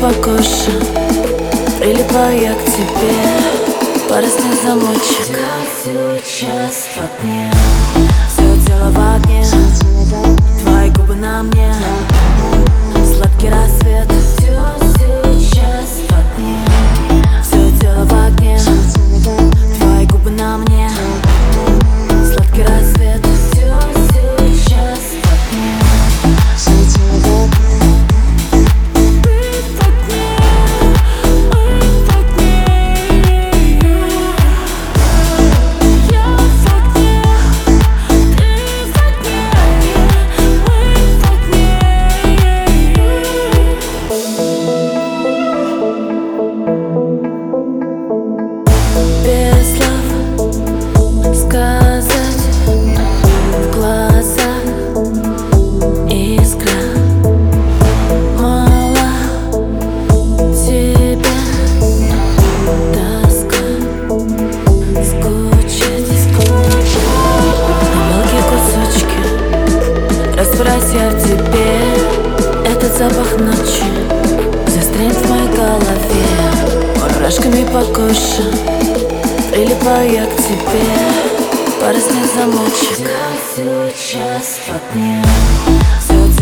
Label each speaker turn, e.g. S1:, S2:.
S1: по коже, прилипаю я к тебе. Поросни замочек, сейчас в огне. Все тело в огне, твои губы на мне. Сладкий рассвет, все сейчас в огне. Все тело в огне, твои губы на мне. Сладкий рассвет, все сейчас в огне. Все тело в огне. Без слов сказать, в глазах искра. Мало тебе тоска, скучать. На мелкие кусочки растворяюсь я в тебе. Этот запах ночи застрянет в моей голове. Мурашками по коже, прилипаю я к тебе. Поросни замочек, сейчас в огне. Все